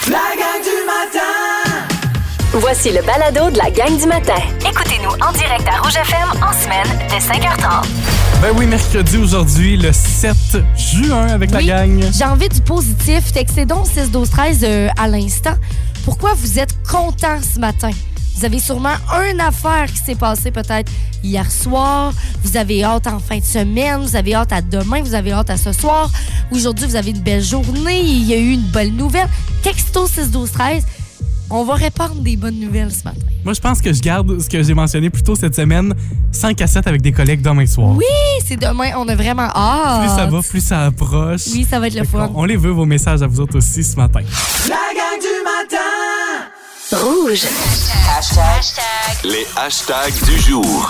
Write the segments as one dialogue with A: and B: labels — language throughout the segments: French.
A: La gang du matin!
B: Voici le balado de la gang du matin. Écoutez-nous en direct à Rouge FM en semaine dès 5h30.
C: Ben oui, mercredi aujourd'hui, le 7 juin avec la gang.
D: J'ai envie du positif. Textez donc 6-12-13 à l'instant. Pourquoi vous êtes content ce matin? Vous avez sûrement une affaire qui s'est passée peut-être hier soir. Vous avez hâte en fin de semaine. Vous avez hâte à demain. Vous avez hâte à ce soir. Aujourd'hui, vous avez une belle journée. Il y a eu une bonne nouvelle. Texto 6-12-13. On va répandre des bonnes nouvelles ce matin.
C: Moi, je pense que je garde ce que j'ai mentionné plus tôt cette semaine, 5 à 7 avec des collègues demain soir.
D: Oui, c'est demain. On a vraiment hâte.
C: Plus ça va, plus ça approche.
D: Oui, ça va être le fun.
C: On les veut, vos messages à vous autres aussi ce matin.
A: La gang du matin!
B: Rouge.
E: Les hashtags du jour.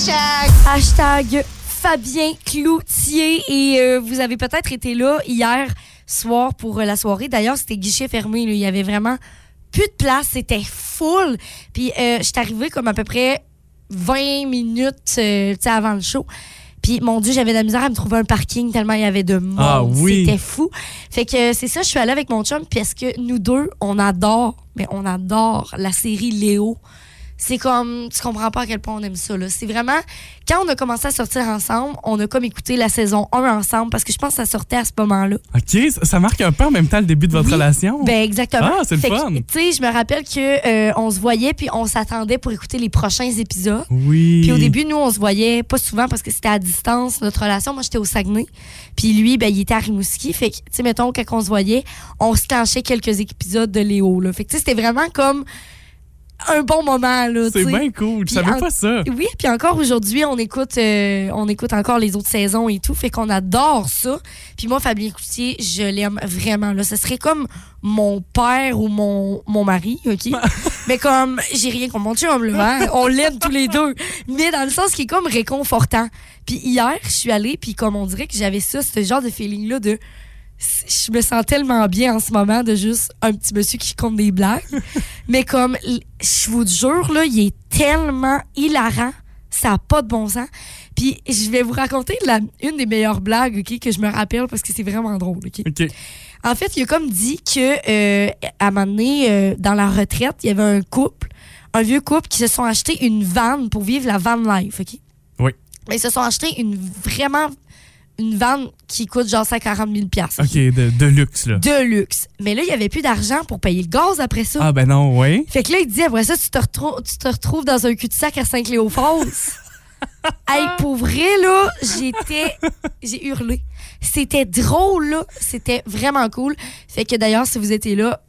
D: Hashtag Fabien Cloutier. Et vous avez peut-être été là hier soir pour la soirée. D'ailleurs, c'était guichet fermé. Là. Il y avait vraiment plus de place. C'était full. Puis, je suis arrivée comme à peu près 20 minutes avant le show. Puis, mon Dieu, j'avais de la misère à me trouver un parking tellement il y avait de monde.
C: Ah oui.
D: C'était fou. Fait que c'est ça, je suis allée avec mon chum parce que nous deux, on adore la série Léo. C'est comme, tu comprends pas à quel point on aime ça, là. C'est vraiment, quand on a commencé à sortir ensemble, on a comme écouté la saison 1 ensemble parce que je pense que ça sortait à ce moment-là.
C: OK, ça marque un peu en même temps le début de votre relation.
D: Ben exactement.
C: Ah, c'est le fun.
D: Tu sais, je me rappelle que on se voyait puis on s'attendait pour écouter les prochains épisodes.
C: Oui.
D: Puis au début, nous, on se voyait pas souvent parce que c'était à distance, notre relation. Moi, j'étais au Saguenay. Puis lui, ben, il était à Rimouski. Fait que, tu sais, mettons, quand on se voyait, on se clenchait quelques épisodes de Léo, là. Fait que, tu sais, c'était vraiment comme un bon moment, là.
C: C'est bien cool. Je savais pas ça.
D: Oui, puis encore aujourd'hui, on écoute encore les autres saisons et tout. Fait qu'on adore ça. Puis moi, Fabien Cloutier, je l'aime vraiment, là. Ce serait comme mon père ou mon mari, OK? Mais comme, j'ai rien contre mon chum, là, hein? On l'aime tous les deux. Mais dans le sens qui est comme réconfortant. Puis hier, je suis allée, puis comme on dirait que j'avais ça, ce genre de feeling-là de... Je me sens tellement bien en ce moment de juste un petit monsieur qui compte des blagues. Mais comme, je vous jure, là, il est tellement hilarant. Ça n'a pas de bon sens. Puis je vais vous raconter une des meilleures blagues, OK, que je me rappelle parce que c'est vraiment drôle, OK? En fait, il a comme dit que à un moment donné, dans la retraite, il y avait un vieux couple qui se sont achetés une van pour vivre la van life, OK?
C: Oui.
D: Mais ils se sont achetés une vanne qui coûte genre 140 000 $.
C: OK, de luxe, là.
D: De luxe. Mais là, il n'y avait plus d'argent pour payer le gaz après ça.
C: Ah, ben non, oui.
D: Fait que là, il dit, après ça, tu te retrouves dans un cul-de-sac à Saint-Cléophas. Hey, pour vrai, là, j'ai hurlé. C'était drôle, là. C'était vraiment cool. Fait que d'ailleurs, si vous étiez là,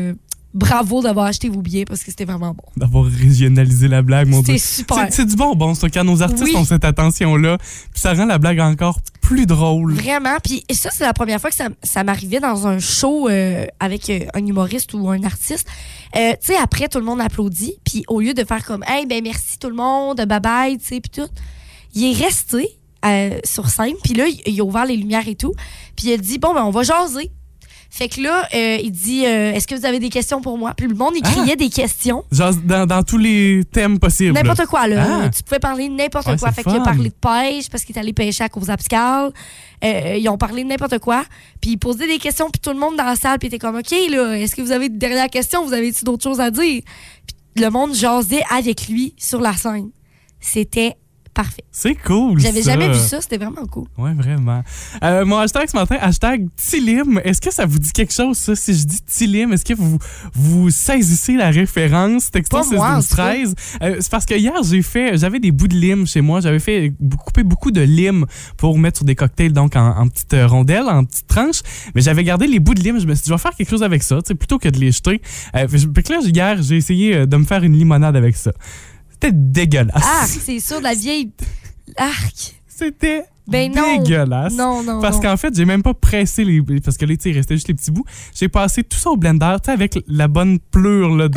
D: bravo d'avoir acheté vos billets parce que c'était vraiment bon.
C: D'avoir régionalisé la blague, mon Dieu.
D: C'est super.
C: C'est du bonbon, ça, quand nos artistes ont cette attention-là. Puis ça rend la blague encore plus drôle.
D: Vraiment. Puis ça, c'est la première fois que ça m'arrivait dans un show avec un humoriste ou un artiste. Tu sais, après, tout le monde applaudit. Puis au lieu de faire comme, hey, ben merci tout le monde, bye-bye, tu sais, puis tout, il est resté sur scène. Puis là, il a ouvert les lumières et tout. Puis il a dit, bon, ben on va jaser. Fait que là, il dit, est-ce que vous avez des questions pour moi? Puis le monde, il criait des questions.
C: Genre dans tous les thèmes possibles.
D: N'importe quoi, là. Tu pouvais parler de n'importe quoi. Fait qu'il a parlé de pêche parce qu'il est allé pêcher à Cours-Abscal. Ils ont parlé de n'importe quoi. Puis il posait des questions, puis tout le monde dans la salle, puis était comme, OK, là, est-ce que vous avez de dernières questions? Vous avez-tu d'autres choses à dire? Puis le monde jasait avec lui sur la scène. C'était parfait.
C: C'est cool,
D: J'avais
C: ça.
D: jamais vu ça, c'était vraiment cool.
C: Ouais, vraiment. Mon hashtag ce matin, hashtag Tilim. Est-ce que ça vous dit quelque chose, ça? Si je dis Tilim, est-ce que vous saisissez la référence? Texto 6-12-13. C'est parce que hier, j'avais des bouts de lime chez moi. J'avais coupé beaucoup de lime pour mettre sur des cocktails, donc en petites rondelles, en petites tranches. Mais j'avais gardé les bouts de lime. Je me suis dit, je vais faire quelque chose avec ça, plutôt que de les jeter. Fait que là, hier, j'ai essayé de me faire une limonade avec ça. C'était dégueulasse.
D: Arc, c'est sûr, de la vieille... Arc.
C: C'était
D: non.
C: dégueulasse.
D: Non.
C: Parce qu'en fait, j'ai même pas pressé parce que là, il restait juste les petits bouts. J'ai passé tout ça au blender, avec la bonne pleure là, de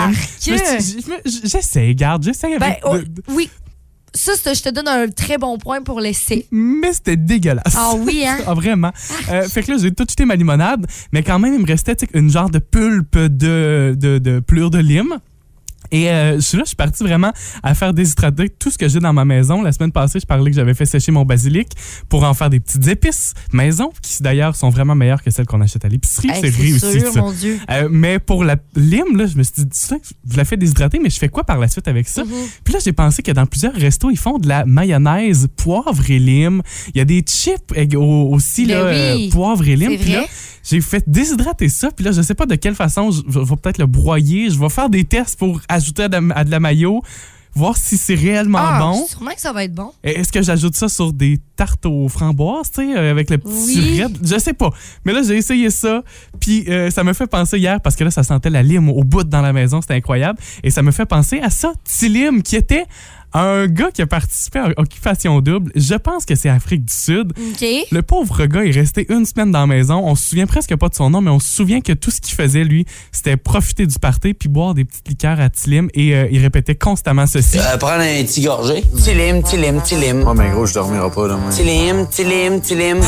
C: lime. J'essaie, avec...
D: Oui. Ça, je te donne un très bon point pour l'essai.
C: Mais c'était dégueulasse.
D: Ah oui, hein?
C: Ah, vraiment. Fait que là, j'ai tout jeté ma limonade, mais quand même, il me restait une genre de pulpe de pleure de lime. Et je suis partie vraiment à faire déshydrater tout ce que j'ai dans ma maison. La semaine passée, je parlais que j'avais fait sécher mon basilic pour en faire des petites épices maison, qui d'ailleurs sont vraiment meilleures que celles qu'on achète à l'épicerie.
D: Hey,
C: c'est réussi,
D: sûr,
C: ça.
D: mon Dieu.
C: Mais pour la lime, là, je me suis dit, je la fais déshydrater, mais je fais quoi par la suite avec ça? Puis là, j'ai pensé que dans plusieurs restos, ils font de la mayonnaise poivre et lime. Il y a des chips aussi,
D: Ben
C: là,
D: oui,
C: poivre et lime.
D: c'est
C: Puis là,
D: vrai.
C: j'ai fait déshydrater ça, puis là, je sais pas de quelle façon, je vais peut-être le broyer, je vais faire des tests pour ajouter à de la mayo, voir si c'est réellement bon.
D: Sûrement que ça va être bon.
C: Est-ce que j'ajoute ça sur des tartes aux framboises, tu sais, avec le petit raid? Je sais pas. Mais là, j'ai essayé ça, puis ça me fait penser hier, parce que là, ça sentait la lime au bout dans la maison, c'était incroyable, et ça me fait penser à ça, Tilim, qui était un gars qui a participé à Occupation Double. Je pense que c'est Afrique du Sud.
D: OK.
C: Le pauvre gars est resté une semaine dans la maison. On se souvient presque pas de son nom, mais on se souvient que tout ce qu'il faisait, lui, c'était profiter du party puis boire des petites liqueurs à Tilim. Et il répétait constamment ceci.
F: Prendre un petit gorgé. Tilim, Tilim, Tilim.
G: Oh, mais gros, je dormirai pas demain.
F: Tilim, Tilim, Tilim.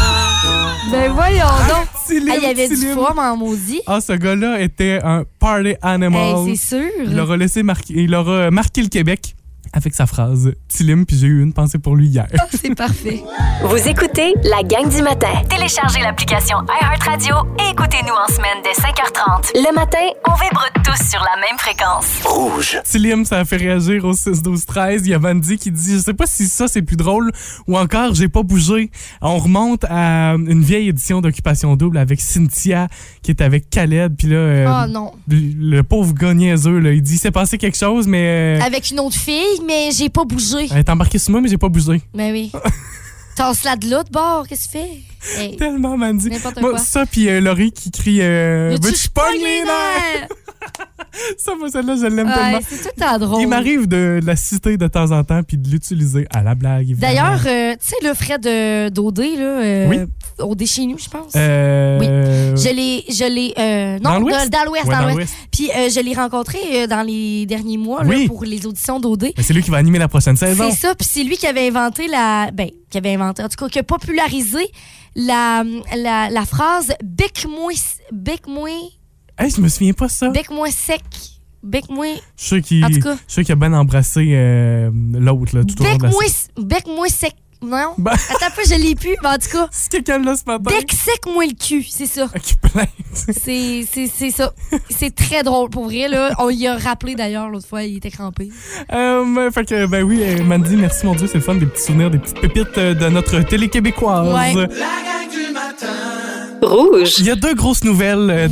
D: Ben voyons donc.
C: Tilim,
D: Il y avait du
C: Tilim.
D: foie, en maudit.
C: Ah, ce gars-là était un party animal.
D: Hey, c'est sûr.
C: Il aura marqué le Québec avec sa phrase Tilim, puis j'ai eu une pensée pour lui hier.
D: C'est parfait.
B: Vous écoutez la gang du matin. Téléchargez l'application iHeartRadio et écoutez-nous en semaine dès 5h30. Le matin, on vibre tous sur la même fréquence.
E: Rouge.
C: Tilim, ça a fait réagir au 6-12-13. Il y a Vandy qui dit, je sais pas si ça c'est plus drôle ou encore j'ai pas bougé. On remonte à une vieille édition d'Occupation Double avec Cynthia qui est avec Khaled. Puis là,
D: Oh non.
C: le pauvre gars niaiseux, là, il dit, c'est passé quelque chose, mais...
D: Avec une autre fille, mais j'ai pas bougé.
C: Elle est embarquée sur moi, mais j'ai pas bougé.
D: Ben oui. Tasse-la de l'autre bord, qu'est-ce que tu fais? Hey.
C: Tellement, Mandy.
D: N'importe
C: Moi,
D: quoi.
C: ça, puis Laurie qui crie
D: Veux-tu
C: veux-tu que je pogne les nerfs? Ça, moi, celle-là, je l'aime tellement.
D: Ouais, c'est tout à drôle.
C: Il m'arrive de la citer de temps en temps puis de l'utiliser à la blague, évidemment.
D: D'ailleurs, tu sais, le Fred d'Odé, là,
C: Oui.
D: Odé chez nous, je pense.
C: Oui.
D: Je l'ai, non,
C: Dans l'Ouest?
D: dans l'Ouest,
C: Ouais,
D: dans
C: dans
D: l'Ouest. Puis je l'ai rencontré dans les derniers mois
C: Oui.
D: là, pour les auditions d'Odé.
C: Ben, c'est lui qui va animer la prochaine saison.
D: C'est ça, puis c'est lui qui avait inventé en tout cas, qui a popularisé la phrase bec-moi
C: Hey, je me souviens pas ça.
D: bec-moi sec, bec-moi
C: Je suis sûr
D: En tout cas.
C: qu'il a bien embrassé l'autre là, tout au long de la
D: bec-moi sec. Non?
C: Ben-
D: Attends un peu, je l'ai plus, mais en tout cas,
C: Si quelqu'un l'a ce matin.
D: bec sec, moi le cul, c'est ça.
C: Qui plaint.
D: C'est ça. C'est très drôle, pour vrai, là. On y a rappelé, d'ailleurs, l'autre fois, il était crampé.
C: Fait que, ben oui, Mandy, merci mon Dieu, c'est le fun, des petits souvenirs, des petites pépites de notre télé québécoise.
D: Ouais.
A: La gang du matin.
B: Rouge.
C: Il y a deux grosses nouvelles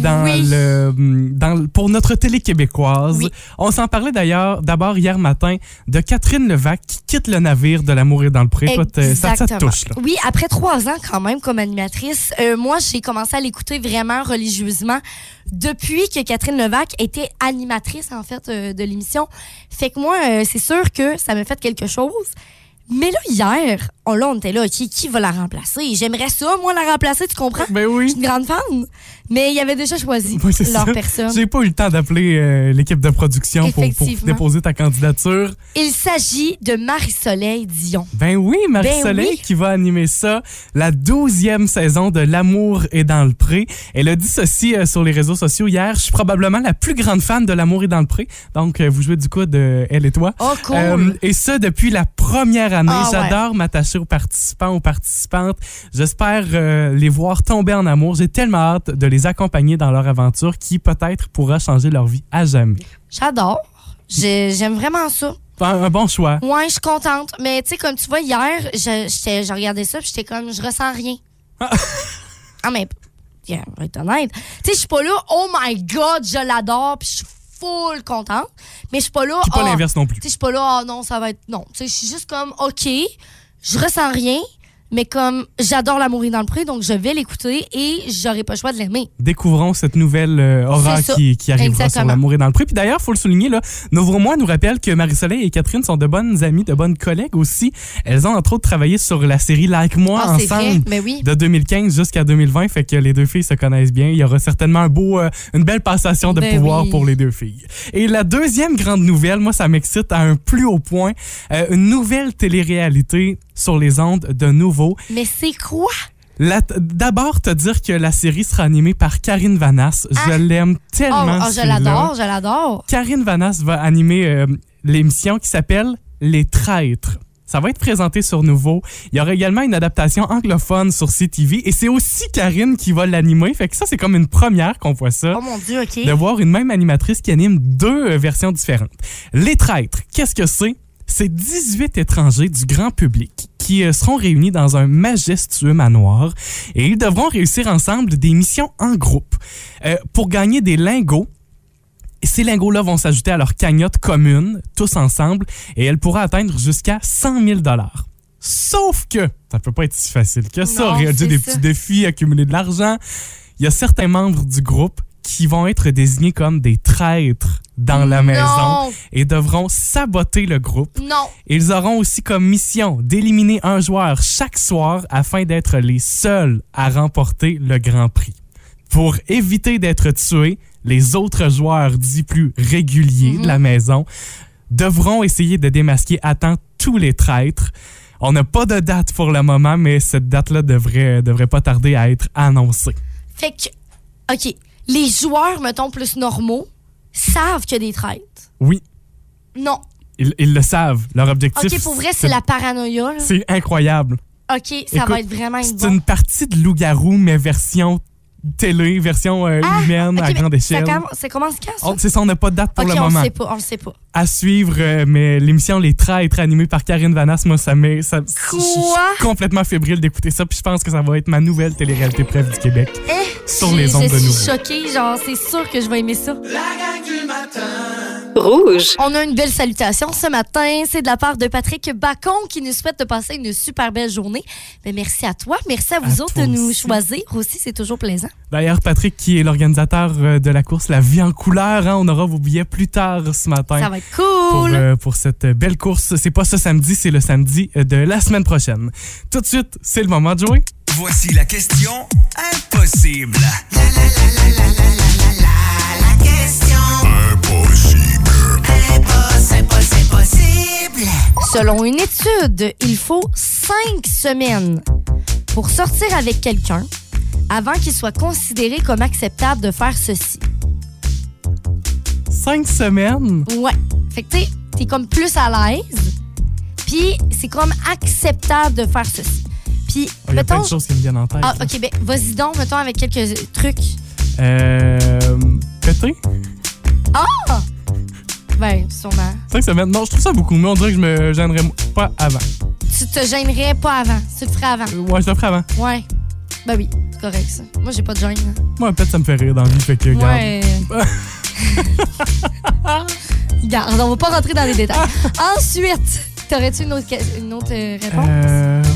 C: pour notre télé québécoise.
D: Oui.
C: On s'en parlait d'abord hier matin de Catherine Levac qui quitte le navire de l'amour et dans le pré. Toi, ça te touche, là.
D: Oui, après 3 ans quand même comme animatrice, moi j'ai commencé à l'écouter vraiment religieusement depuis que Catherine Levac était animatrice en fait de l'émission. Fait que moi, c'est sûr que ça m'a fait quelque chose. Mais là, hier, on était là, qui va la remplacer? J'aimerais ça, moi, la remplacer, tu comprends?
C: Ben
D: Je
C: oui.
D: suis une grande fan. Mais il y avait déjà choisi
C: Oui, c'est
D: leur
C: ça.
D: personne.
C: J'ai pas eu le temps d'appeler l'équipe de production pour
D: Effectivement.
C: déposer ta candidature.
D: Il s'agit de Marie-Soleil Dion.
C: Ben oui, Marie-Soleil
D: oui.
C: qui va animer ça, la 12e saison de L'amour est dans le pré. Elle a dit ceci sur les réseaux sociaux hier. Je suis probablement la plus grande fan de L'amour est dans le pré. Donc, vous jouez du coup de Elle et toi.
D: Oh, cool!
C: Et ça, depuis la première année.
D: Ah, ouais.
C: J'adore m'attacher aux participants, aux participantes. J'espère les voir tomber en amour. J'ai tellement hâte de les accompagner dans leur aventure qui, peut-être, pourra changer leur vie à jamais.
D: J'adore. J'aime vraiment ça.
C: Un bon choix.
D: Ouais, je suis contente. Mais tu sais, comme tu vois, hier, je regardais ça puis j'étais comme, je ressens rien. Ah, mais, yeah, on va être honnête. Tu sais, je suis pas là, oh my God, je l'adore puis je suis full contente. Mais je suis pas là,
C: Puis pas l'inverse non plus.
D: Tu sais, je suis pas là, non, ça va être, non. Tu sais, je suis juste comme, OK, je ressens rien. Mais comme j'adore L'amour est dans le pré, donc je vais l'écouter et j'aurai pas le choix de l'aimer.
C: Découvrons cette nouvelle aura
D: C'est ça.
C: qui arrivera
D: Exactement.
C: sur L'amour est dans le pré. Puis d'ailleurs, il faut le souligner, là, Novre-moi nous rappelle que Marie-Soleil et Catherine sont de bonnes amies, de bonnes collègues aussi. Elles ont entre autres travaillé sur la série Like Moi
D: Ah, c'est vrai,
C: ensemble
D: mais oui.
C: de 2015 jusqu'à 2020. Fait que les deux filles se connaissent bien. Il y aura certainement une belle passation de
D: Ben
C: pouvoir
D: oui.
C: pour les deux filles. Et la deuxième grande nouvelle, moi, ça m'excite à un plus haut point. Une nouvelle télé-réalité sur les ondes de Nouveau.
D: Mais c'est quoi?
C: D'abord, te dire que la série sera animée par Karine Vanasse. Je l'aime tellement.
D: Je l'adore.
C: Karine Vanasse va animer l'émission qui s'appelle Les Traîtres. Ça va être présenté sur Nouveau. Il y aura également une adaptation anglophone sur CTV et c'est aussi Karine qui va l'animer. Fait que ça, c'est comme une première qu'on voit ça.
D: Oh mon Dieu, OK.
C: De voir une même animatrice qui anime 2 versions différentes. Les Traîtres, qu'est-ce que c'est? C'est 18 étrangers du grand public qui seront réunis dans un majestueux manoir et ils devront réussir ensemble des missions en groupe pour gagner des lingots. Ces lingots-là vont s'ajouter à leur cagnotte commune, tous ensemble, et elle pourra atteindre jusqu'à 100 000 $. Sauf que, ça peut pas être si facile que ça, réaliser des petits défis, accumuler de l'argent. Il y a certains membres du groupe qui vont être désignés comme des traîtres dans la maison et devront saboter le groupe.
D: Non.
C: Ils auront aussi comme mission d'éliminer un joueur chaque soir afin d'être les seuls à remporter le Grand Prix. Pour éviter d'être tués, les autres joueurs dits plus réguliers de la maison devront essayer de démasquer à temps tous les traîtres. On n'a pas de date pour le moment, mais cette date-là devrait pas tarder à être annoncée.
D: Fait que, OK, les joueurs, mettons, plus normaux, savent qu'il y a des traîtres.
C: Oui.
D: Non.
C: Ils le savent. Leur objectif...
D: OK, pour vrai, c'est la paranoïa. Là.
C: C'est incroyable.
D: OK, ça va être vraiment
C: C'est une partie de loup-garou, mais version télé, version humaine à grande échelle.
D: Ça commence quand, ça?
C: C'est ça, on n'a pas de date pour le moment.
D: On le sait pas.
C: À suivre, mais l'émission Les Traîtres animée par Karine Vanasse, moi, je suis complètement fébrile d'écouter ça, puis je pense que ça va être ma nouvelle télé-réalité préf du Québec sur les ondes de Nouveau.
D: Je suis choquée, genre, c'est sûr que je vais aimer ça.
A: La gang du matin.
B: Rouge.
D: On a une belle salutation ce matin. C'est de la part de Patrick Bacon qui nous souhaite de passer une super belle journée. Mais merci à toi. Merci à vous autres de nous choisir aussi. C'est toujours plaisant.
C: D'ailleurs, Patrick, qui est l'organisateur de la course La Vie en couleur, on aura vos billets plus tard ce matin.
D: Ça va être cool.
C: Pour cette belle course. C'est pas ce samedi, c'est le samedi de la semaine prochaine. Tout de suite, c'est le moment de jouer.
G: Voici la question impossible.
A: La question impossible. Impossible.
D: Selon une étude, il faut 5 semaines pour sortir avec quelqu'un avant qu'il soit considéré comme acceptable de faire ceci.
C: 5 semaines?
D: Ouais. Fait que t'es comme plus à l'aise, puis c'est comme acceptable de faire ceci. Puis,
C: il y a plein de choses qui me viennent en tête.
D: Ah, OK, ben vas-y donc, mettons, avec quelques trucs.
C: Péter?
D: Ah! Ben, sûrement.
C: 5 semaines? Non, je trouve ça beaucoup, mais on dirait que je me gênerais pas avant.
D: Tu te gênerais pas avant, tu le ferais avant.
C: Ouais, je le ferais avant.
D: Ouais. Ben oui, c'est correct, ça. Moi, j'ai pas de gêne.
C: Moi, peut-être ça me fait rire dans la vie, fait que,
D: ouais. Regarde, on va pas rentrer dans les détails. Ensuite, t'aurais-tu une autre réponse?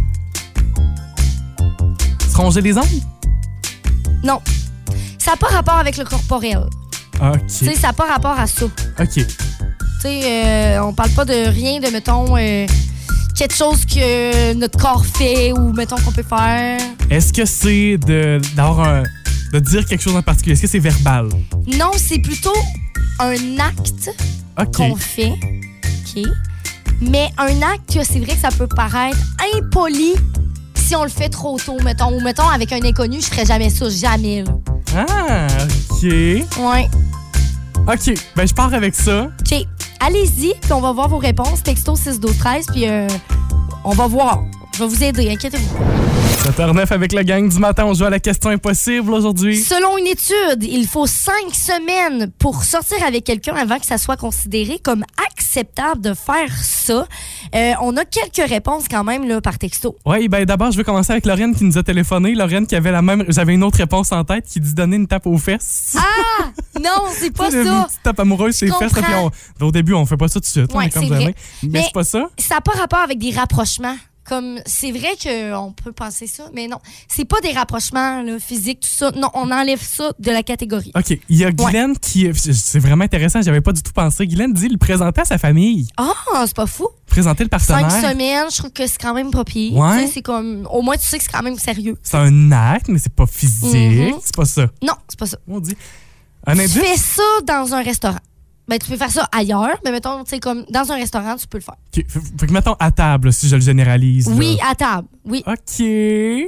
C: Se ronger les ongles?
D: Non. Ça n'a pas rapport avec le corporel.
C: OK.
D: Tu sais, ça n'a pas rapport à ça.
C: OK.
D: Tu sais, on parle pas de rien de, mettons, quelque chose que notre corps fait ou, mettons, qu'on peut faire.
C: Est-ce que c'est de dire quelque chose en particulier? Est-ce que c'est verbal?
D: Non, c'est plutôt un acte qu'on fait. OK. Mais un acte que c'est vrai que ça peut paraître impoli si on le fait trop tôt, mettons. Ou mettons, avec un inconnu, je ferais jamais ça. Jamais, là.
C: Ah, OK.
D: Ouais.
C: OK. Ben, je pars avec ça.
D: OK. Allez-y, puis on va voir vos réponses. Texto 612-13, puis on va voir. Je vais vous aider, inquiétez-vous.
C: 7h09 avec la gang du matin. On joue à la question impossible aujourd'hui.
D: Selon une étude, il faut 5 semaines pour sortir avec quelqu'un avant que ça soit considéré comme acceptable de faire ça. On a quelques réponses quand même là, par texto.
C: Oui, ben d'abord, je vais commencer avec Lorraine qui nous a téléphoné. Lorraine qui avait la même... J'avais une autre réponse en tête qui dit donner une tape aux fesses.
D: Ah! Non, c'est pas ça.
C: Une petite tape amoureuse sur les fesses. Puis au début, on fait pas ça tout de suite.
D: Ouais,
C: on est comme
D: vrai.
C: Mais c'est pas ça.
D: Ça n'a pas rapport avec des rapprochements. Comme, c'est vrai qu'on peut penser ça, mais non. C'est pas des rapprochements là, physiques, tout ça. Non, on enlève ça de la catégorie.
C: OK. Il y a Guylaine qui... C'est vraiment intéressant, j'avais pas du tout pensé. Guylaine dit le présenter à sa famille.
D: Ah, c'est pas fou.
C: Présenter le partenaire.
D: 5 semaines, je trouve que c'est quand même pas pire.
C: Ouais.
D: C'est comme, au moins, tu sais que c'est quand même sérieux.
C: C'est un acte, mais c'est pas physique. C'est pas ça.
D: Non, c'est pas ça.
C: On dit. Un indice?
D: Tu fais ça dans un restaurant. Ben, tu peux faire ça ailleurs, mais mettons, tu sais, comme dans un restaurant, tu peux le faire.
C: OK. Fait que mettons à table, si je le généralise.
D: Oui,
C: là.
D: à table. Oui.
C: OK.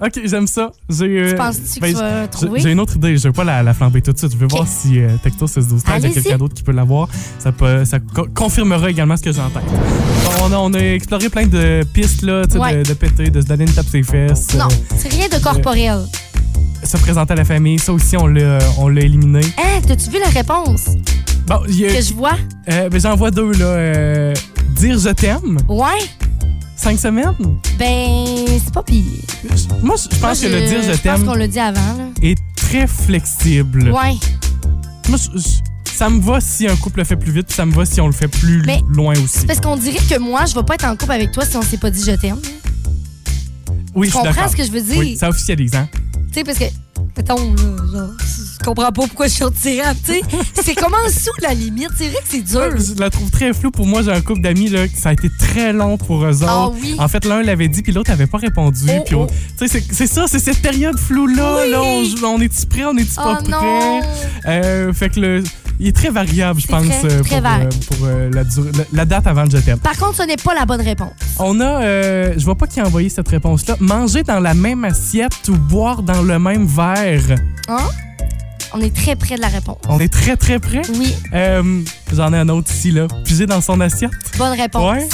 C: OK, j'aime ça.
D: Tu penses-tu que tu vas trouver?
C: J'ai une autre idée. Je veux pas la flamber tout de suite. Je veux voir si texto 612 13 il y a quelqu'un d'autre qui peut l'avoir. Ça confirmera également ce que j'ai en tête. On a exploré plein de pistes là, de péter, de se donner une tape ses fesses.
D: Non, c'est rien de corporel.
C: Se présenter à la famille, ça aussi, on l'a éliminé.
D: Hein, t'as-tu vu la réponse?
C: Bon, que
D: je vois?
C: J'en vois deux, là. Dire je t'aime.
D: Ouais.
C: 5 semaines?
D: Ben, c'est pas pire.
C: Moi, je pense que le dire je t'aime.
D: Je pense qu'on l'a dit avant, là.
C: Est très flexible.
D: Ouais.
C: Moi, ça me va si un couple le fait plus vite, puis ça me va si on le fait plus loin aussi.
D: C'est parce qu'on dirait que moi, je vais pas être en couple avec toi si on s'est pas dit je t'aime.
C: Oui,
D: tu comprends ce que je veux dire?
C: Oui, ça officialise, hein?
D: Tu sais, parce que, mettons, là, genre, je comprends pas pourquoi je suis retirable, tu sais. C'est comment sous la limite? C'est vrai que c'est dur.
C: Je la trouve très floue. Pour moi, j'ai un couple d'amis, là, ça a été très long pour eux autres.
D: Ah oui?
C: En fait, l'un l'avait dit, puis l'autre n'avait pas répondu. Tu sais, c'est ça, c'est cette période floue-là.
D: Oui.
C: Là, on est-tu prêt, on est-tu pas prêt? Fait que il est très variable, je pense, pour la date avant le je t'aime.
D: Par contre, ce n'est pas la bonne réponse.
C: On a, je vois pas qui a envoyé cette réponse-là. Manger dans la même assiette ou boire dans le même verre.
D: Hein? On est très près de la réponse.
C: On est très, très près?
D: Oui.
C: J'en ai un autre ici, là. Piger dans son assiette.
D: Bonne réponse.
C: Ouais.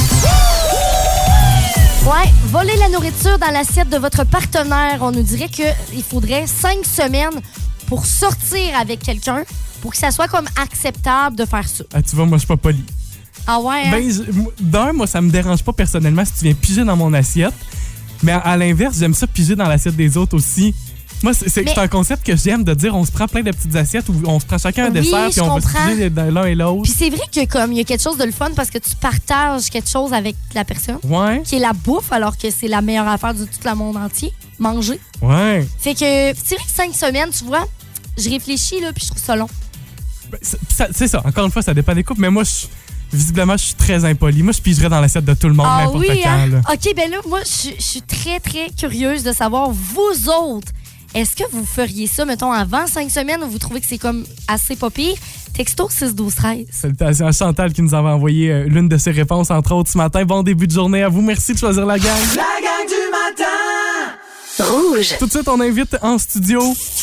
D: Ouais, voler la nourriture dans l'assiette de votre partenaire. On nous dirait qu'il faudrait 5 semaines pour sortir avec quelqu'un pour que ça soit comme acceptable de faire ça.
C: Ah, tu vois, moi, je suis pas poli.
D: Ah ouais?
C: Hein? Moi, ça me dérange pas personnellement si tu viens piger dans mon assiette. Mais à l'inverse, j'aime ça piger dans l'assiette des autres aussi. Moi, c'est un concept que j'aime de dire on se prend plein de petites assiettes où on se prend chacun un dessert puis on va se piger l'un et l'autre.
D: Puis c'est vrai que comme il y a quelque chose de le fun parce que tu partages quelque chose avec la personne.
C: Ouais.
D: Qui est la bouffe alors que c'est la meilleure affaire de tout le monde entier. Manger.
C: Ouais.
D: Fait que c'est vrai que 5 semaines, tu vois, je réfléchis là puis je trouve ça long.
C: C'est ça. Encore une fois, ça dépend des couples, mais moi, visiblement, je suis très impoli. Moi, je pigerais dans l'assiette de tout le monde n'importe quand.
D: Hein?
C: Là.
D: OK, ben là, moi, je suis très, très curieuse de savoir, vous autres, est-ce que vous feriez ça, mettons, avant 5 semaines ou vous trouvez que c'est comme assez pas pire? Texto 612-13.
C: Salutations à Chantal qui nous avait envoyé l'une de ses réponses, entre autres, ce matin. Bon début de journée à vous. Merci de choisir la gang.
A: La gang du matin!
B: Rouge.
C: Tout de suite, on invite en studio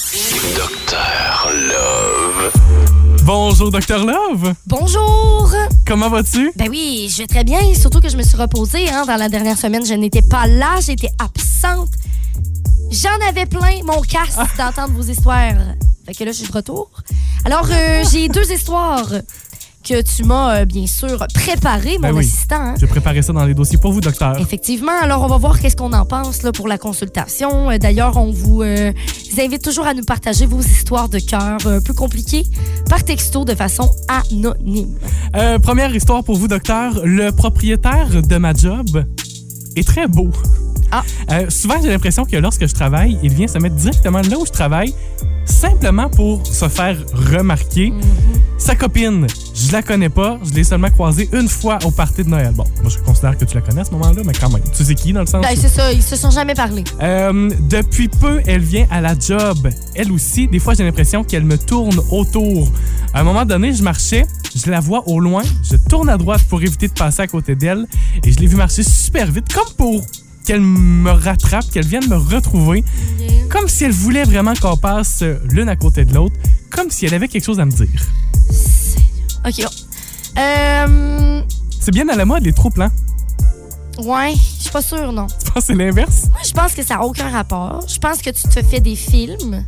E: Docteur Love.
C: Bonjour, Docteur Love.
D: Bonjour.
C: Comment vas-tu?
D: Ben oui, je vais très bien. Surtout que je me suis reposée. Dans la dernière semaine, je n'étais pas là. J'étais absente. J'en avais plein mon casque d'entendre vos histoires. Fait que là, je suis de retour. Alors, j'ai 2 histoires que tu m'as, bien sûr, préparées, mon assistant. Hein?
C: J'ai préparé ça dans les dossiers pour vous, docteur.
D: Effectivement. Alors, on va voir qu'est-ce qu'on en pense là, pour la consultation. D'ailleurs, on vous invite toujours à nous partager vos histoires de cœur un peu compliquées par texto de façon anonyme.
C: Première histoire pour vous, docteur. Le propriétaire de ma job est très beau. Souvent, j'ai l'impression que lorsque je travaille, il vient se mettre directement là où je travaille, simplement pour se faire remarquer. Sa copine, je la connais pas. Je l'ai seulement croisée une fois au party de Noël. Bon, moi, je considère que tu la connais à ce moment-là, mais quand même. Tu sais qui, dans le sens?
D: Ben, c'est ça. Ils se sont jamais parlé.
C: Depuis peu, elle vient à la job. Elle aussi, des fois, j'ai l'impression qu'elle me tourne autour. À un moment donné, je marchais, je la vois au loin, je tourne à droite pour éviter de passer à côté d'elle et je l'ai vue marcher super vite, comme pour qu'elle me rattrape, qu'elle vienne me retrouver, comme si elle voulait vraiment qu'on passe l'une à côté de l'autre, comme si elle avait quelque chose à me dire.
D: OK.
C: C'est bien à la mode, les troupes, hein?
D: Ouais, je suis pas sûre, non.
C: Tu penses que c'est l'inverse?
D: Moi, je pense que ça n'a aucun rapport. Je pense que tu te fais des films.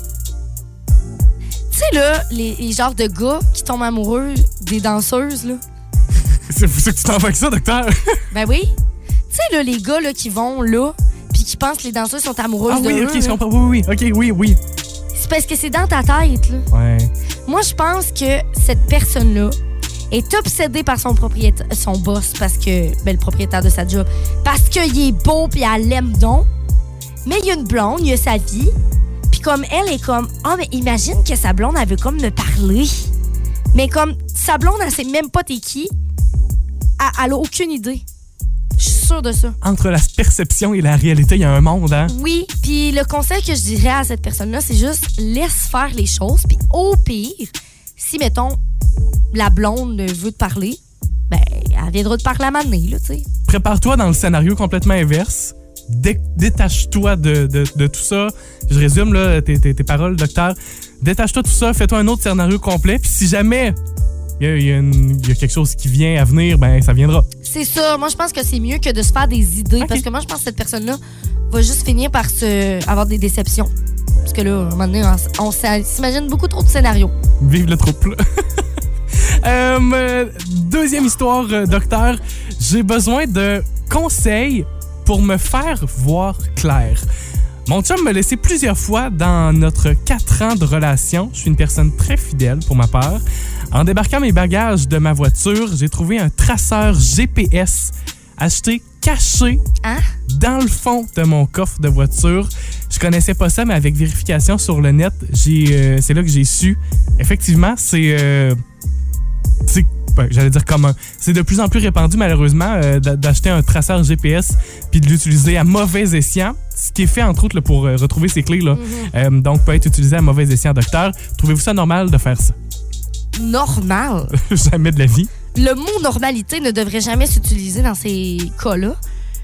D: Tu sais, là, les genres de gars qui tombent amoureux des danseuses, là.
C: C'est pour ça que tu t'en vas avec ça, docteur?
D: Ben oui. Tu sais, là, les gars là, qui vont là, puis qui pensent que les danseuses sont amoureuses de eux.
C: OK, je comprends. Oui. OK, oui.
D: C'est parce que c'est dans ta tête, là.
C: Ouais.
D: Moi, je pense que cette personne-là est obsédée par son boss, parce que, le propriétaire de sa job, parce qu'il est beau, puis elle l'aime donc. Mais il y a une blonde, il y a sa vie. Puis comme elle est comme, mais imagine que sa blonde, elle veut comme me parler. Mais comme sa blonde, elle sait même pas t'es qui. Elle a aucune idée. Je suis sûre de ça. Entre
C: la perception et la réalité, il y a un monde, hein?
D: Oui, puis le conseil que je dirais à cette personne-là, c'est juste laisse faire les choses, puis au pire, si, mettons, la blonde veut te parler, elle viendra te parler à un moment donné, là, tu sais.
C: Prépare-toi dans le scénario complètement inverse. détache-toi de tout ça. Je résume là, tes paroles, docteur. Détache-toi de tout ça, fais-toi un autre scénario complet. Puis si jamais il y a quelque chose qui vient à venir, ben ça viendra.
D: C'est ça. Moi, je pense que c'est mieux que de se faire des idées. Okay. Parce que moi, je pense que cette personne-là va juste finir par avoir des déceptions. Parce que là, à un moment donné, on s'imagine beaucoup trop de scénarios.
C: Vive le trouble. Deuxième histoire, docteur. J'ai besoin de conseils pour me faire voir clair. Mon chum m'a laissé plusieurs fois dans notre 4 ans de relation. Je suis une personne très fidèle pour ma part. En débarquant mes bagages de ma voiture, j'ai trouvé un traceur GPS acheté caché dans le fond de mon coffre de voiture. Je connaissais pas ça, mais avec vérification sur le net, c'est là que j'ai su. Effectivement, j'allais dire commun. C'est de plus en plus répandu, malheureusement, d'acheter un traceur GPS puis de l'utiliser à mauvais escient. Ce qui est fait, entre autres, là, pour retrouver ses clés. Là. Donc, peut être utilisé à mauvais escient, docteur. Trouvez-vous ça normal de faire ça?
D: Normal?
C: Jamais de la vie.
D: Le mot normalité ne devrait jamais s'utiliser dans ces cas-là.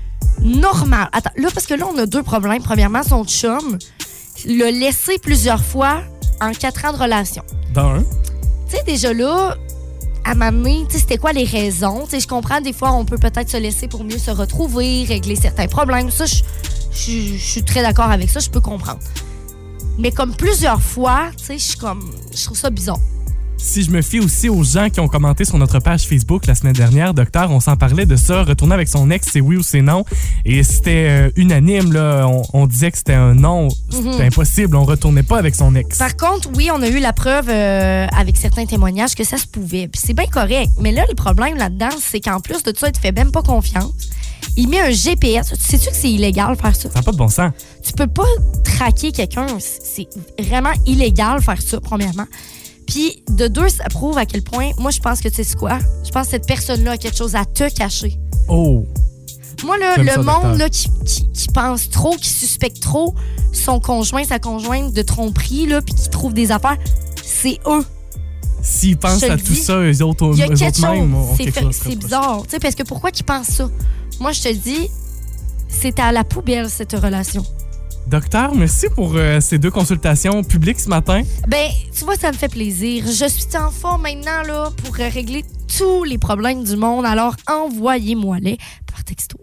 D: Normal. Attends, là, parce que là, on a 2 problèmes. Premièrement, son chum l'a laissé plusieurs fois en 4 ans de relation.
C: D'un.
D: Tu sais, déjà là, à m'amener, tu sais, c'était quoi les raisons? Tu sais, je comprends, des fois, on peut peut-être se laisser pour mieux se retrouver, régler certains problèmes. Ça, je suis très d'accord avec ça, je peux comprendre. Mais comme plusieurs fois, tu sais, je trouve ça bizarre.
C: Si je me fie aussi aux gens qui ont commenté sur notre page Facebook la semaine dernière, docteur, on s'en parlait de ça. Retourner avec son ex, c'est oui ou c'est non. Et c'était unanime, là. On disait que c'était un non. C'était impossible. On retournait pas avec son ex.
D: Par contre, oui, on a eu la preuve avec certains témoignages que ça se pouvait. Puis c'est bien correct. Mais là, le problème là-dedans, c'est qu'en plus de ça, il te fait même pas confiance. Il met un GPS. Sais-tu que c'est illégal faire ça?
C: Ça n'a pas de bon sens.
D: Tu peux pas traquer quelqu'un. C'est vraiment illégal faire ça, premièrement. Puis, de 2, ça prouve à quel point, moi, je pense que tu sais quoi? Je pense que cette personne-là a quelque chose à te cacher.
C: Oh!
D: Moi, là, le monde là, qui pense trop, qui suspecte trop son conjoint, sa conjointe de tromperie, là, puis qui trouve des affaires, c'est eux.
C: S'ils pensent à tout ça, eux autres,
D: il y a quelque
C: chose.
D: C'est bizarre. Tu sais, parce que pourquoi qu'ils pensent ça? Moi, je te dis, c'est à la poubelle, cette relation.
C: Docteur, merci pour ces 2 consultations publiques ce matin.
D: Ben, tu vois, ça me fait plaisir. Je suis en forme maintenant là pour régler tous les problèmes du monde. Alors, envoyez-moi-les par texto.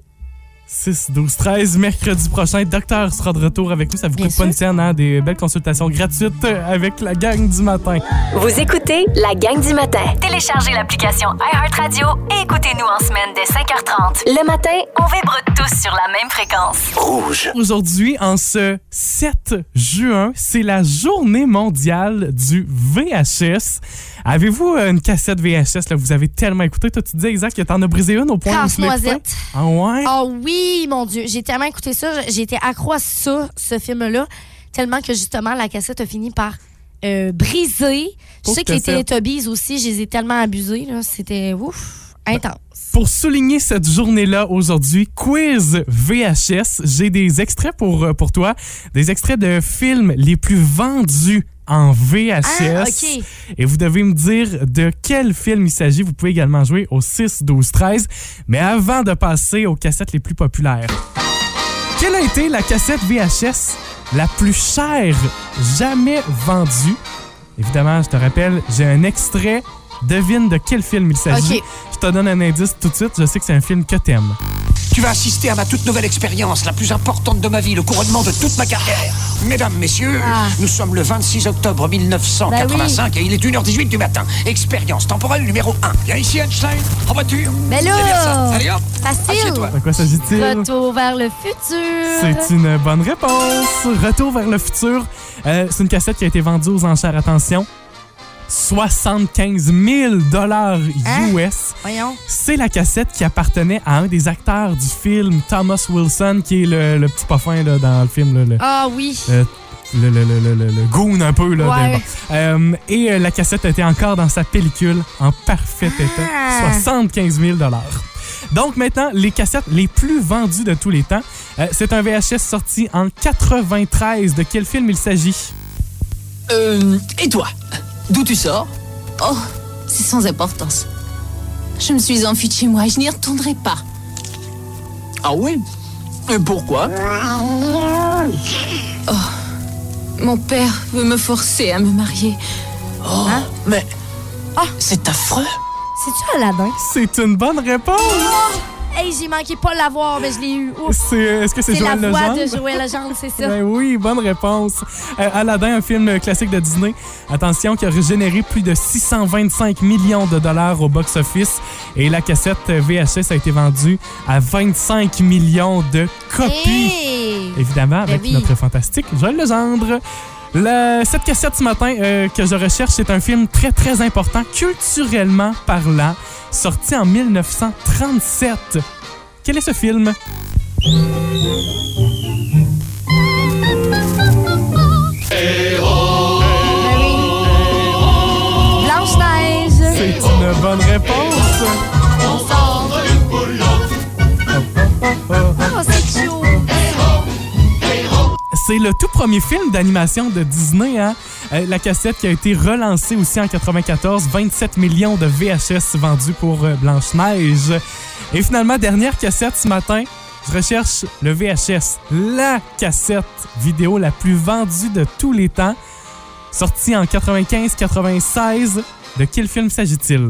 C: 6-12-13, mercredi prochain, docteur sera de retour avec nous. Ça vous coûte pas une scène, hein? Des belles consultations gratuites avec la gang du matin.
B: Vous écoutez la gang du matin. Téléchargez l'application iHeartRadio et écoutez-nous en semaine dès 5h30. Le matin, on vibre tous sur la même fréquence.
E: Rouge.
C: Aujourd'hui, en ce 7 juin, c'est la journée mondiale du VHS. Avez-vous une cassette VHS là, que vous avez tellement écouté? Toi, tu disais, Isaac, que t'en as brisé une au point où tu l'as écouté? Ah ouais?
D: Ah oui, mon Dieu. J'ai tellement écouté ça. J'ai été accro à ça, ce film-là, tellement que, justement, la cassette a fini par briser. Je sais que les Teletubbies aussi, je les ai tellement abusés. Là. C'était intense.
C: Pour souligner cette journée-là aujourd'hui, quiz VHS, j'ai des extraits pour toi. Des extraits de films les plus vendus en VHS.
D: Ah, OK.
C: Et vous devez me dire de quel film il s'agit. Vous pouvez également jouer au 6-12-13. Mais avant de passer aux cassettes les plus populaires, quelle a été la cassette VHS la plus chère jamais vendue? Évidemment, je te rappelle, j'ai un extrait. Devine de quel film il s'agit.
D: Okay.
C: Je te donne un indice tout de suite. Je sais que c'est un film que t'aimes.
H: Tu vas assister à ma toute nouvelle expérience, la plus importante de ma vie, le couronnement de toute ma carrière. Mesdames, messieurs, nous sommes le 26 octobre 1985 et il est 1h18 du matin. Expérience temporelle numéro 1. Viens ici, Einstein, en voiture.
D: Mais là,
H: allez hop,
D: facile.
H: assieds-toi.
C: De quoi s'agit-il?
D: Retour vers le futur.
C: C'est une bonne réponse. Retour vers le futur. C'est une cassette qui a été vendue aux enchères. Attention. 75 000 US.
D: Voyons.
C: C'est la cassette qui appartenait à un des acteurs du film, Thomas Wilson, qui est le petit parfum là, dans le film. Là,
D: ah oui.
C: Le goon un peu. Là,
D: ouais.
C: Et la cassette était encore dans sa pellicule en parfait état. 75 000 Donc maintenant, les cassettes les plus vendues de tous les temps. C'est un VHS sorti en 93. De quel film il s'agit?
I: Et toi? D'où tu sors?
J: Oh, c'est sans importance. Je me suis enfuie de chez moi et je n'y retournerai pas.
I: Ah oui? Et pourquoi?
J: Oh, mon père veut me forcer à me marier.
I: Oh, hein? Mais... c'est affreux.
D: C'est-tu Aladdin?
C: C'est une bonne réponse!
D: Oh! Hey, j'ai manqué pas l'avoir, mais je l'ai eu.
C: Est-ce que c'est Joël Legendre?
D: C'est la voix de Joël Legendre, c'est ça.
C: Ben oui, bonne réponse. Aladdin, un film classique de Disney. Attention, qui a généré plus de 625 millions de dollars au box-office. Et la cassette VHS a été vendue à 25 millions de copies.
D: Hey!
C: Évidemment, avec notre fantastique Joël Legendre. Cette cassette ce matin que je recherche, c'est un film très, très important, culturellement parlant, sorti en 1937. Quel est ce film?
D: Blanche-Neige.
C: C'est une bonne réponse.
D: On sort. Oh, c'est chaud.
C: C'est le tout premier film d'animation de Disney, hein? La cassette qui a été relancée aussi en 94, 27 millions de VHS vendus pour Blanche-Neige. Et finalement, dernière cassette ce matin, je recherche le VHS, la cassette vidéo la plus vendue de tous les temps, sortie en 95-96. De quel film s'agit-il?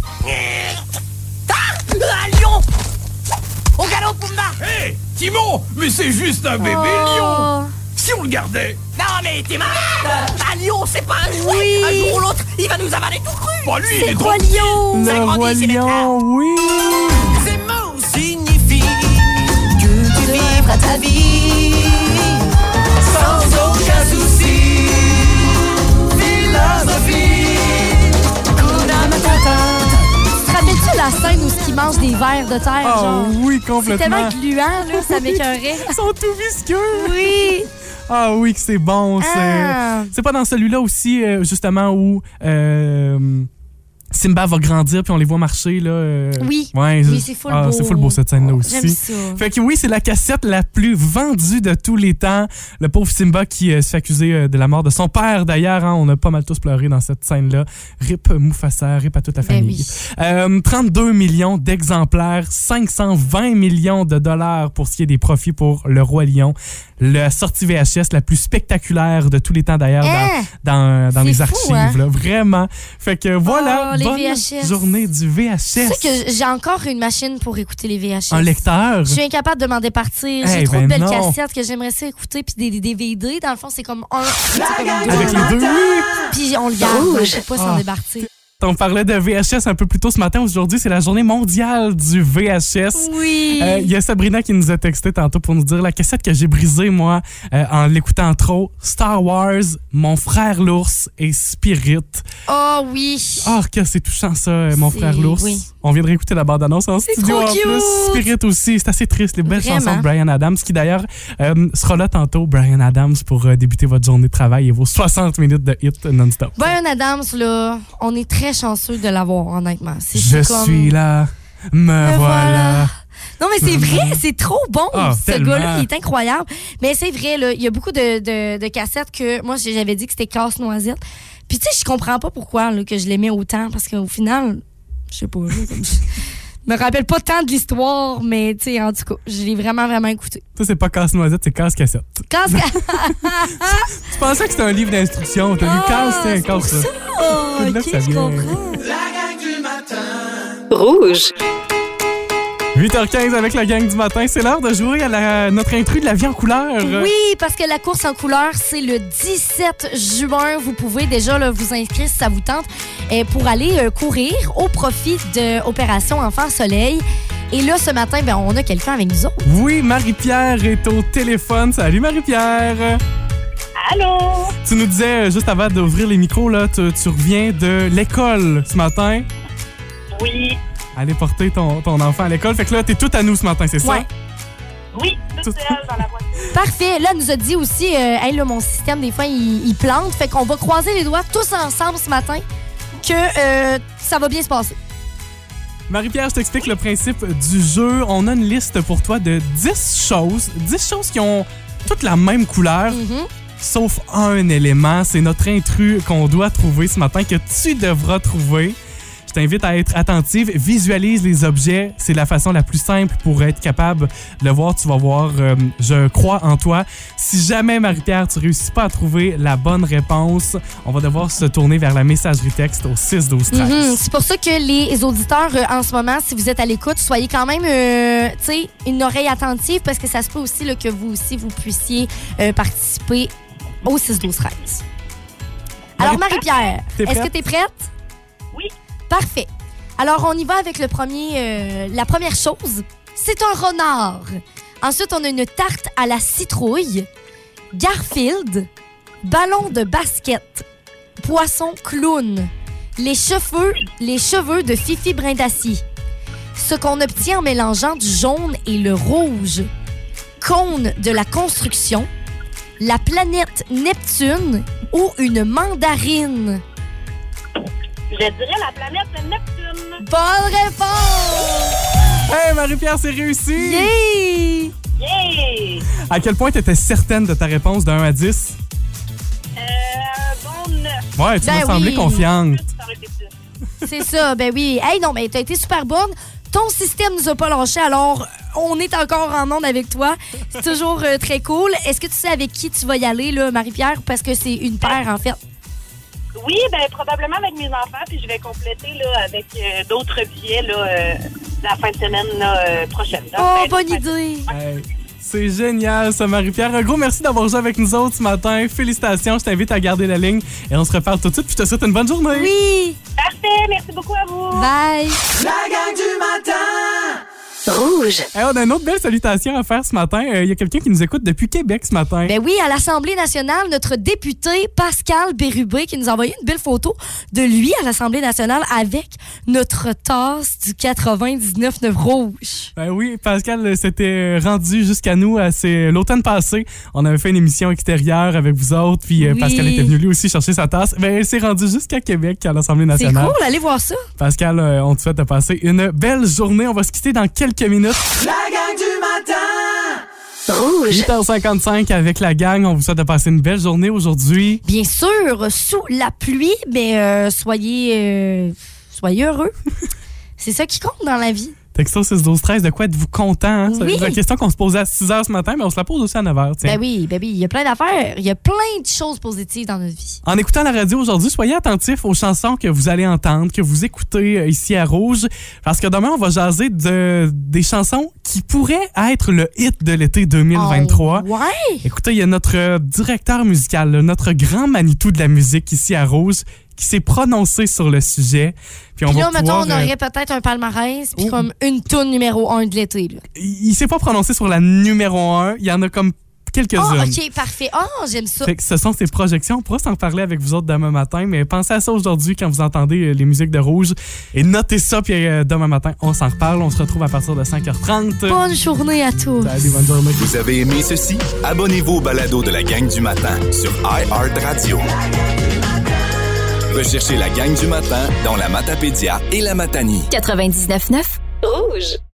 A: Un lion! Au galop, Pumba!
G: Hé, Timon! Mais c'est juste un bébé lion! Si on le gardait!
A: Non, mais t'es malade! Un lion, c'est pas un jouet!
D: Oui.
A: Un jour ou l'autre, il va nous avaler tout cru!
G: Bah, lui, il
D: C'est
G: est
D: Roi
G: trop...
D: Lion!
C: Le Roi Lion, oui!
A: Ces mots signifient que tu vivras ta vie sans aucun souci. Philosophie, Hakuna Matata.
D: Tu te rappelles-tu la scène où il mange des vers de terre?
C: Oh
D: genre?
C: oui,
D: C'est
C: complètement.
D: tellement gluant, là, ça m'écœurait.
C: Ils sont tout visqueux!
D: Oui!
C: Ah oui, que c'est bon.
D: Ah.
C: C'est pas dans celui-là aussi, justement, où Simba va grandir puis on les voit marcher. Là,
D: Oui.
C: Ouais,
D: Oui, c'est full beau.
C: C'est full beau cette scène-là aussi.
D: J'aime ça.
C: Fait que oui, c'est la cassette la plus vendue de tous les temps. Le pauvre Simba qui se fait accuser de la mort de son père, d'ailleurs. Hein, on a pas mal tous pleuré dans cette scène-là. Rip Mufasa, rip à toute la famille.
D: Oui.
C: 32 millions d'exemplaires, 520 millions de dollars pour ce qui est des profits pour Le Roi Lion. La sortie VHS la plus spectaculaire de tous les temps, d'ailleurs, dans les
D: fou,
C: archives.
D: hein?
C: Là, vraiment. Fait que voilà,
D: les
C: bonne
D: VHS.
C: journée du VHS.
D: Tu sais que j'ai encore une machine pour écouter les VHS.
C: Un lecteur?
D: Je suis incapable de m'en départir. J'ai
C: Eh
D: trop
C: ben
D: de belles
C: non.
D: cassettes que j'aimerais ça écouter. Puis des DVD, dans le fond, c'est comme un. C'est comme deux.
C: Avec les deux, oui!
D: Puis on le garde. Je sais pas s'en débarquer.
C: On parlait de VHS un peu plus tôt ce matin. Aujourd'hui, c'est la journée mondiale du VHS.
D: Oui.
C: Il y a Sabrina qui nous a texté tantôt pour nous dire la cassette que j'ai brisée, moi, en l'écoutant trop. Star Wars, Mon frère l'ours et Spirit.
D: Oh oui.
C: Ah, que c'est touchant ça, Mon frère l'ours.
D: Oui.
C: On vient de réécouter la bande-annonce en studio
D: trop
C: en
D: cute.
C: plus. Spirit aussi, c'est assez triste. Les belles
D: Vraiment.
C: chansons de Bryan Adams, qui d'ailleurs sera là tantôt, Bryan Adams, pour débuter votre journée de travail et vos 60 minutes de hit non-stop.
D: Bryan Adams, là, on est très chanceux de l'avoir, honnêtement.
C: Je suis là, me voilà.
D: Non, mais c'est vrai, c'est trop bon, ce
C: tellement.
D: gars-là, il est incroyable. Mais c'est vrai, là, il y a beaucoup de cassettes que moi, j'avais dit que c'était Casse-Noisette. Puis tu sais, je comprends pas pourquoi là, que je l'aimais autant, parce qu'au final, je sais pas, là, comme je me rappelle pas tant de l'histoire, mais tu sais, en tout cas, je l'ai vraiment, vraiment écouté.
C: Ça, c'est pas Casse-Noisette, c'est Casse-Cassette.
D: Casse...
C: Tu pensais que c'était un livre d'instruction. T'as lu Casse, c'est un Casse.
D: ça.
C: C'est de là
D: OK,
C: que ça
D: je
C: vient.
D: comprends.
A: La gang du matin.
B: Rouge.
C: 8h15 avec la gang du matin. C'est l'heure de jouer à notre intrus de la vie en couleur.
D: Oui, parce que la course en couleur, c'est le 17 juin. Vous pouvez déjà là, vous inscrire si ça vous tente pour aller courir au profit de Opération Enfant Soleil. Et là, ce matin, ben, on a quelqu'un avec nous autres.
C: Oui, Marie-Pierre est au téléphone. Salut Marie-Pierre.
K: Allô?
C: Tu nous disais, juste avant d'ouvrir les micros, là, tu reviens de l'école ce matin.
K: Oui.
C: Aller porter ton enfant à l'école. Fait que là, t'es toute à nous ce matin, c'est ça?
D: Ouais.
K: Oui, toute seule dans la voiture.
D: Parfait. Là, elle nous a dit aussi, hey, là, mon système, des fois, il plante. Fait qu'on va croiser les doigts tous ensemble ce matin que ça va bien se passer.
C: Marie-Pierre, je t'explique le principe du jeu. On a une liste pour toi de 10 choses qui ont toutes la même couleur, sauf un élément. C'est notre intrus qu'on doit trouver ce matin, que tu devras trouver. Je t'invite à être attentive. Visualise les objets. C'est la façon la plus simple pour être capable de le voir. Tu vas voir, je crois en toi. Si jamais, Marie-Pierre, tu réussis pas à trouver la bonne réponse, on va devoir se tourner vers la messagerie texte au 6-12-13.
D: C'est pour ça que les auditeurs, en ce moment, si vous êtes à l'écoute, soyez quand même, tu sais, une oreille attentive parce que ça se peut aussi là, que vous aussi, vous puissiez participer au 6-12-13. Alors, Marie-Pierre, est-ce que tu es prête?
K: Oui.
D: Parfait. Alors, on y va avec la première chose. C'est un renard. Ensuite, on a une tarte à la citrouille, Garfield, ballon de basket, poisson clown, les cheveux de Fifi Brindassi, ce qu'on obtient en mélangeant du jaune et le rouge, cône de la construction, la planète Neptune ou une mandarine.
K: Je dirais la planète Neptune.
D: Bonne réponse!
C: Hey, Marie-Pierre, c'est réussi!
D: Yeah!
K: Yeah!
C: À quel point tu étais certaine de ta réponse de 1 à 10?
K: Bon 9.
C: Ouais, tu m'as semblé confiante.
K: Ça aurait été plus.
D: C'est ça, ben oui. Hey, non, mais t'as été super bonne. Ton système nous a pas lâché, alors on est encore en onde avec toi. C'est toujours très cool. Est-ce que tu sais avec qui tu vas y aller, là, Marie-Pierre? Parce que c'est une paire, en fait.
K: Oui, ben probablement avec mes enfants, puis je vais compléter là, avec d'autres billets là, la fin de semaine là, prochaine. Là.
D: Oh, bonne idée!
C: Hey, c'est génial, ça, Marie-Pierre. Un gros merci d'avoir joué avec nous autres ce matin. Félicitations, je t'invite à garder la ligne et on se reparle tout de suite, puis je te souhaite une bonne journée.
D: Oui!
K: Parfait, merci beaucoup à vous.
D: Bye!
A: La gang du matin!
B: Rouge.
C: Hey, on a une autre belle salutation à faire ce matin. Il y a quelqu'un qui nous écoute depuis Québec ce matin.
D: Ben oui, à l'Assemblée nationale, notre député Pascal Bérubé qui nous a envoyé une belle photo de lui à l'Assemblée nationale avec notre tasse du 99.9 rouge.
C: Ben oui, Pascal s'était rendu jusqu'à nous l'automne passé. On avait fait une émission extérieure avec vous autres, puis
D: Oui.
C: Pascal était venu lui aussi chercher sa tasse. Ben, il s'est rendu jusqu'à Québec à l'Assemblée
D: C'est
C: nationale.
D: cool, allez voir ça.
C: Pascal, on te souhaite de passer une belle journée. On va se quitter dans quelques minutes.
A: La gang du matin!
B: Rouge.
C: 8h55 avec la gang. On vous souhaite de passer une belle journée aujourd'hui.
D: Bien sûr, sous la pluie, mais soyez heureux. C'est ça qui compte dans la vie.
C: Texto 6-12-13, de quoi êtes-vous content? Hein?
D: Oui.
C: C'est une question qu'on se posait à 6h ce matin, mais on se la pose aussi à 9h. Tiens.
D: Ben oui, il y a plein d'affaires. Il y a plein de choses positives dans notre vie.
C: En écoutant la radio aujourd'hui, soyez attentifs aux chansons que vous allez entendre, que vous écoutez ici à Rouge, parce que demain, on va jaser des chansons qui pourraient être le hit de l'été 2023.
D: Oh, ouais!
C: Écoutez, il y a notre directeur musical, là, notre grand Manitou de la musique ici à Rouge, qui s'est prononcé sur le sujet. Puis
D: Puis là,
C: va
D: mettons,
C: pouvoir,
D: on aurait peut-être un palmarès, puis comme une toune numéro 1 de l'été. Là.
C: il s'est pas prononcé sur la numéro 1. Il y en a comme quelques-unes.
D: Ah, OK, parfait. Ah, j'aime ça.
C: Fait que ce sont ses projections. On pourra s'en parler avec vous autres demain matin, mais pensez à ça aujourd'hui quand vous entendez les musiques de Rouge. Et notez ça, puis demain matin, on s'en reparle. On se retrouve à partir de 5h30.
D: Bonne journée à tous.
C: Allez, bonne journée.
L: Vous avez aimé ceci? Abonnez-vous au balado de la gang du matin sur iHeartRadio. Recherchez la gang du matin dans la Matapédia et la Matanie.
B: 99.9 Rouge.